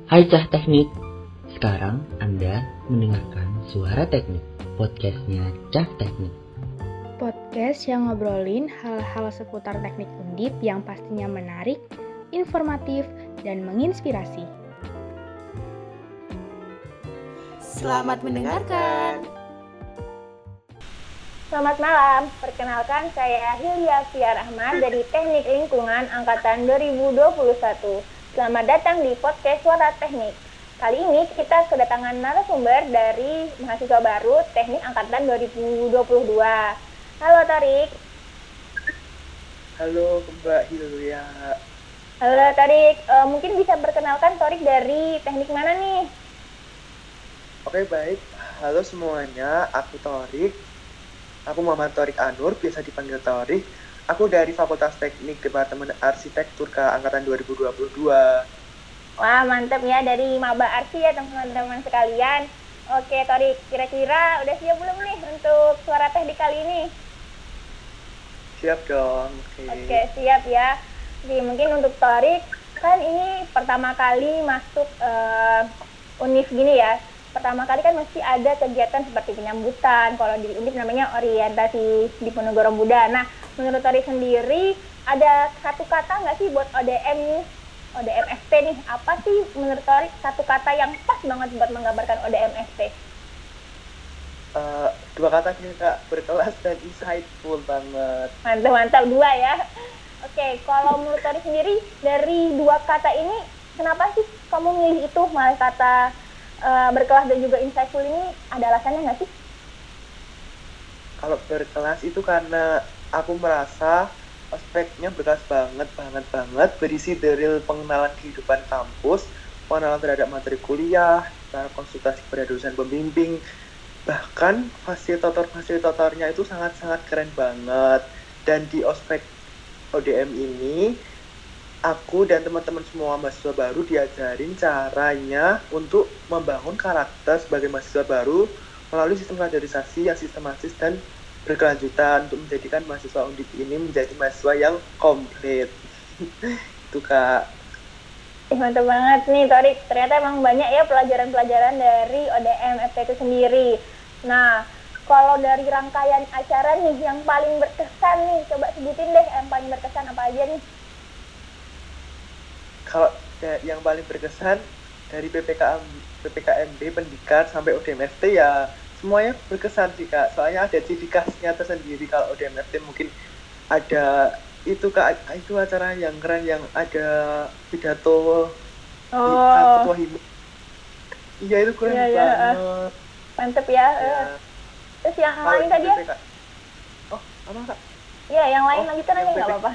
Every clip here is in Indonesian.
Hai Cah Teknik, sekarang Anda mendengarkan Suara Teknik, podcastnya Cah Teknik. Podcast yang ngobrolin hal-hal seputar teknik undip yang pastinya menarik, informatif, dan menginspirasi. Selamat mendengarkan. Selamat malam, perkenalkan saya Hilya Fiar Ahmad dari Teknik Lingkungan Angkatan 2021. Selamat datang di podcast Suara Teknik. Kali ini kita kedatangan narasumber dari mahasiswa baru Teknik Angkatan 2022. Halo Tarik. Halo Mbak Hilya. Halo Tarik, mungkin bisa perkenalkan Tarik dari teknik mana nih? Oke baik, halo semuanya, aku Torik. Aku Muhammad Torik Anur, biasa dipanggil Torik. Aku dari Fakultas Teknik Departemen Arsitektur ke Angkatan 2022. Wah mantap ya, dari Maba Arsi ya teman-teman sekalian. Oke Torik, kira-kira udah siap belum nih untuk suara teknik kali ini? Siap dong. Oke, siap ya. Jadi mungkin untuk Torik, kan ini pertama kali masuk UNIF gini ya. Pertama kali kan mesti ada kegiatan seperti penyambutan. Kalau di UNIF namanya orientasi Diponegoro Muda. Nah, menurut Torik sendiri, ada satu kata nggak sih buat ODM nih? ODM FT nih, apa sih menurut Torik satu kata yang pas banget buat menggambarkan ODM FT? Dua kata Kak, berkelas dan insightful banget. Mantap, dua ya. Oke, kalau menurut Torik sendiri, dari dua kata ini, kenapa sih kamu milih itu, malah kata berkelas dan juga insightful ini, ada alasannya nggak sih? Kalau berkelas itu karena aku merasa aspeknya berkelas banget, berisi dari pengenalan kehidupan kampus, pengenalan terhadap materi kuliah, cara konsultasi pada dosen pembimbing, bahkan fasilitatornya itu sangat-sangat keren banget. Dan di ospek ODM ini, aku dan teman-teman semua mahasiswa baru diajarin caranya untuk membangun karakter sebagai mahasiswa baru melalui sistem kaderisasi yang sistematis dan berkelanjutan untuk menjadikan mahasiswa undip ini menjadi mahasiswa yang komplit. Itu Kak. Mantap banget nih Torik, ternyata emang banyak ya pelajaran-pelajaran dari ODM FT itu sendiri. Nah, kalau dari rangkaian acara nih yang paling berkesan nih, coba sebutin deh yang paling berkesan apa aja nih? Kalau yang paling berkesan dari PPKMB pendidikan sampai ODMFT ya semuanya berkesan sih Kak. Soalnya ada ciri khasnya tersendiri. Kalau ODMFT mungkin ada itu Kak, itu acara yang keren yang ada pidato ketua himpunan. Iya itu keren banget. Mantep ya. Terus yang lain tadi ya? Oh apa Kak? Iya yang lain lanjutan aja nggak apa-apa.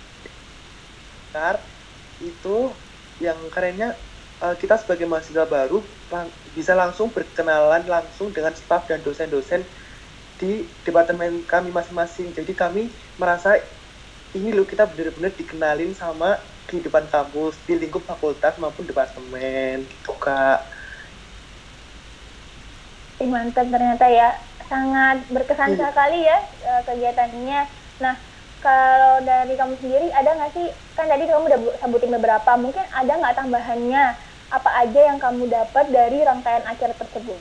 Itu yang kerennya kita sebagai mahasiswa baru bisa langsung berkenalan langsung dengan staf dan dosen-dosen di departemen kami masing-masing. Jadi kami merasa ini loh, kita benar-benar dikenalin sama kehidupan kampus di lingkup fakultas maupun departemen gitu Kak. Mantap ternyata ya, sangat berkesan sekali ya kegiatannya. Nah, kalau dari kamu sendiri ada nggak sih, kan tadi kamu udah sebutin beberapa, mungkin ada nggak tambahannya apa aja yang kamu dapat dari rangkaian acara tersebut?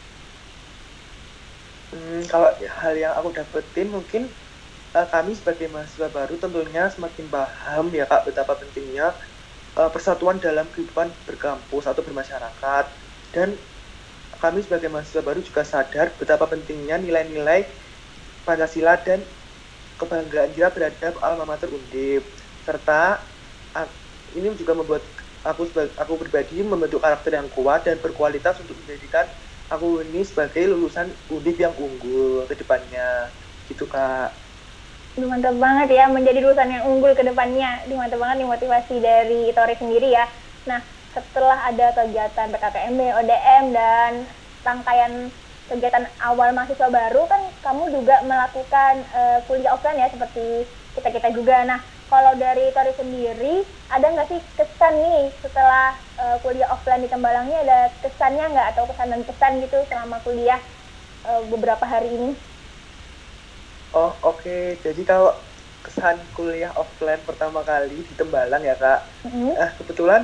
Kalau hal yang aku dapetin mungkin kami sebagai mahasiswa baru tentunya semakin paham ya Kak betapa pentingnya persatuan dalam kehidupan berkampus atau bermasyarakat. Dan kami sebagai mahasiswa baru juga sadar betapa pentingnya nilai-nilai Pancasila dan kebanggaan kita terhadap alma mater undip, serta ini juga membuat aku pribadi membentuk karakter yang kuat dan berkualitas untuk menjadikan aku ini sebagai lulusan undip yang unggul ke depannya gitu Kak. Mantap banget ya, menjadi lulusan yang unggul ke depannya. Mantap banget nih motivasi dari Torik sendiri ya. Nah, setelah ada kegiatan PKKMB, ODM, dan rangkaian kegiatan awal mahasiswa baru, kan kamu juga melakukan kuliah offline ya, seperti kita-kita juga. Nah, kalau dari Torik sendiri, ada nggak sih kesan nih setelah kuliah offline di Tembalang ini, ada kesannya nggak, atau kesan dan pesan gitu selama kuliah beberapa hari ini? Oh oke. Jadi kalau kesan kuliah offline pertama kali di Tembalang ya Kak, kebetulan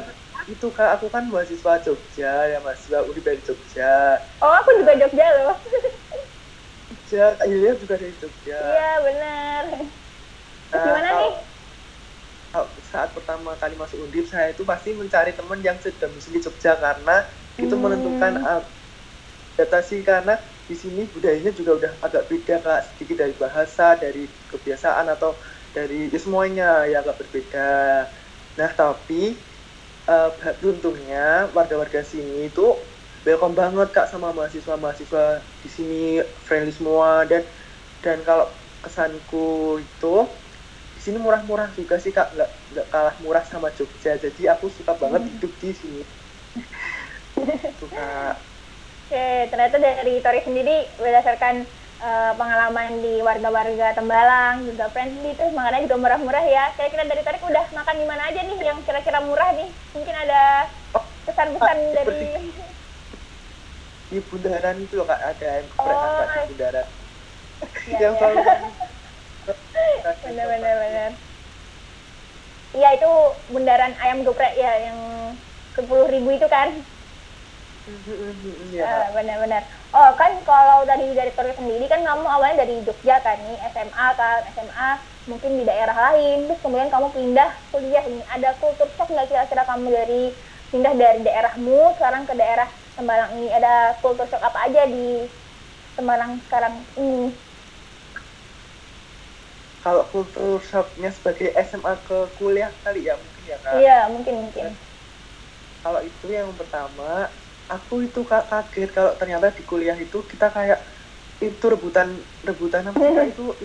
itu Kak, aku kan mahasiswa Jogja, ya mahasiswa Undip dari Jogja. Oh, aku juga Jogja loh. Jogja, Kak Yulia juga dari Jogja. Iya, benar. Gimana nih? Saat pertama kali masuk Undip, saya itu pasti mencari teman yang sedomisili Jogja karena itu menentukan adaptasi, karena di sini budayanya juga udah agak beda Kak, sedikit dari bahasa, dari kebiasaan atau dari semuanya ya agak berbeda. Nah tapi beruntungnya warga-warga sini itu welcome banget Kak sama mahasiswa-mahasiswa di sini, friendly semua, dan kalau kesanku itu di sini murah-murah juga sih Kak, nggak kalah murah sama Jogja, jadi aku suka banget hidup di sini. Tuh Kak. Oke, ternyata dari Tori sendiri berdasarkan pengalaman di warga-warga Tembalang juga friendly, terus makanannya juga murah-murah ya. Kira-kira dari Tori udah makan di mana aja nih yang kira-kira murah nih? Mungkin ada pesan-pesan dari di bundaran itu loh Kak, ada yang geprek Kak di bundaran. Ya, yang selalu benar. Iya, itu bundaran ayam geprek ya, yang 10.000 itu kan. Ya. Benar. Oh kan, kalau dari Tori sendiri kan kamu awalnya dari Jogja kan nih, SMA mungkin di daerah lain, terus kemudian kamu pindah kuliah nih. Ada kultur shock nggak kira-kira kamu dari pindah dari daerahmu sekarang ke daerah Tembalang ini? Ada kultur shock apa aja di Tembalang sekarang ini? Kalau kultur shocknya sebagai SMA ke kuliah kali ya mungkin ya Kak. Iya mungkin. Kalau itu yang pertama, aku itu kaget kalau ternyata di kuliah itu kita kayak itu rebutan apa sih Kak, itu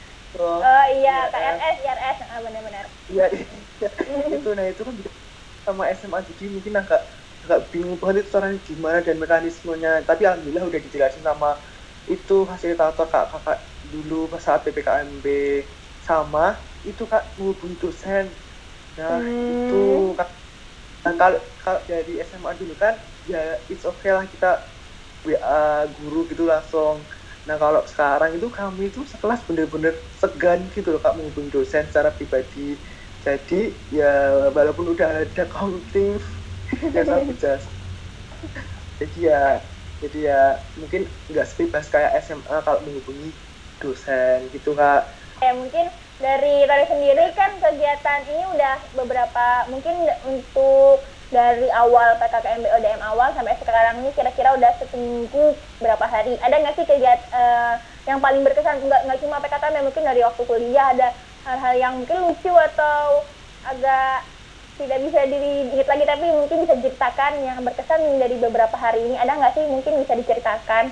IRS, benar. Iya itu, nah itu kan sama SMA, jadi mungkin agak bingung banget itu caranya gimana dan mekanismenya, tapi alhamdulillah udah dijelasin sama itu fasilitator kakak dulu pas saat PPKMB, sama itu Kak menghubungi dosen. Nah itu Kak, nah, kalau dari SMA dulu kan ya it's okay lah kita WA guru gitu langsung. Nah kalau sekarang itu kami itu sekelas bener-bener segan gitu loh Kak menghubungi dosen secara pribadi. Jadi ya walaupun udah ada counting ya sama jelas. Jadi ya mungkin nggak sebebas kayak SMA kalau menghubungi dosen gitu Kak. Ya mungkin dari Tori sendiri kan kegiatan ini udah beberapa, mungkin untuk dari awal PKKMB ODM awal sampai sekarang ini kira-kira udah seminggu berapa hari. Ada nggak sih kegiatan yang paling berkesan? Nggak cuma PKKMB, mungkin dari waktu kuliah ada hal-hal yang mungkin lucu atau agak tidak bisa diingat lagi, tapi mungkin bisa diceritakan yang berkesan dari beberapa hari ini. Ada nggak sih mungkin bisa diceritakan?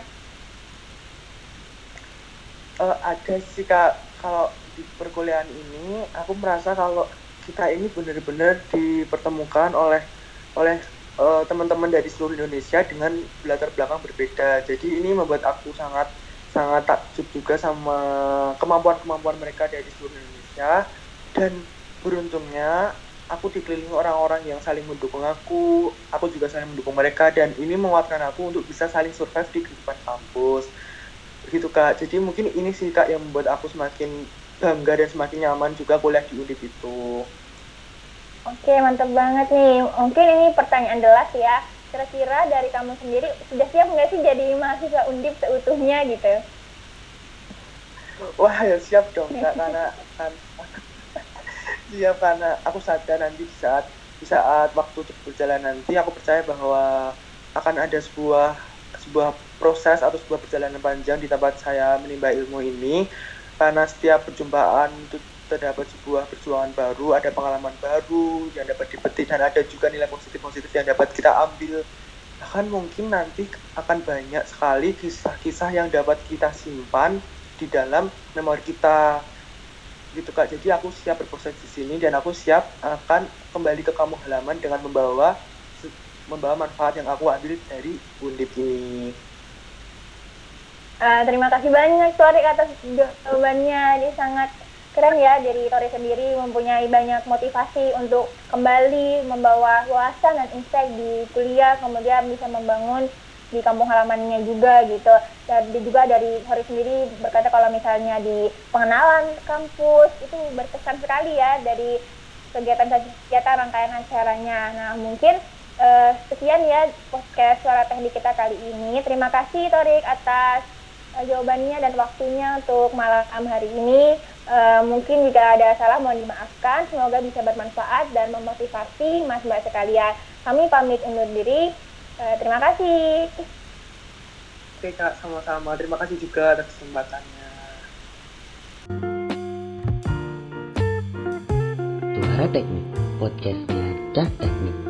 Ada sih Kak, kalau di perkuliahan ini aku merasa kalau kita ini benar-benar dipertemukan oleh teman-teman dari seluruh Indonesia dengan latar belakang berbeda. Jadi ini membuat aku sangat takjub juga sama kemampuan mereka dari seluruh Indonesia, dan beruntungnya aku dikelilingi orang-orang yang saling mendukung aku juga saling mendukung mereka, dan ini menguatkan aku untuk bisa saling survive di kehidupan kampus begitu Kak. Jadi mungkin ini sih Kak yang membuat aku semakin bangga dan semakin nyaman juga kuliah di Undip itu. Oke, mantap banget nih. Mungkin ini pertanyaan delas ya. Kira-kira dari kamu sendiri sudah siap nggak sih jadi mahasiswa Undip seutuhnya gitu? Wah ya siap dong Kak, karena siap, karena aku sadar nanti di saat waktu berjalan nanti aku percaya bahwa akan ada sebuah proses atau sebuah perjalanan panjang di tempat saya menimba ilmu ini, karena setiap perjumpaan itu terdapat sebuah perjuangan baru, ada pengalaman baru yang dapat dipetik, dan ada juga nilai positif yang dapat kita ambil. Bahkan mungkin nanti akan banyak sekali kisah-kisah yang dapat kita simpan di dalam memori kita gitu Kak. Jadi aku siap berproses di sini, dan aku siap akan kembali ke kampung halaman dengan membawa manfaat yang aku ambil dari Undip ini. Terima kasih banyak Tori atas jawabannya. Ini sangat keren ya, dari Tori sendiri mempunyai banyak motivasi untuk kembali membawa wawasan dan insight di kuliah, kemudian bisa membangun di kampung halamannya juga gitu. Dan juga dari Tori sendiri berkata kalau misalnya di pengenalan kampus itu berkesan sekali ya, dari kegiatan rangkaian acaranya. Nah, mungkin sekian ya podcast Suara Teknik kita kali ini. Terima kasih Torik atas jawabannya dan waktunya untuk malam hari ini. Mungkin jika ada salah mohon dimaafkan. Semoga bisa bermanfaat dan memotivasi mas-mbak sekalian. Kami pamit undur diri. Terima kasih. Oke Kak, sama-sama. Terima kasih juga atas kesempatannya. Suara Teknik, podcastnya Cak Teknik.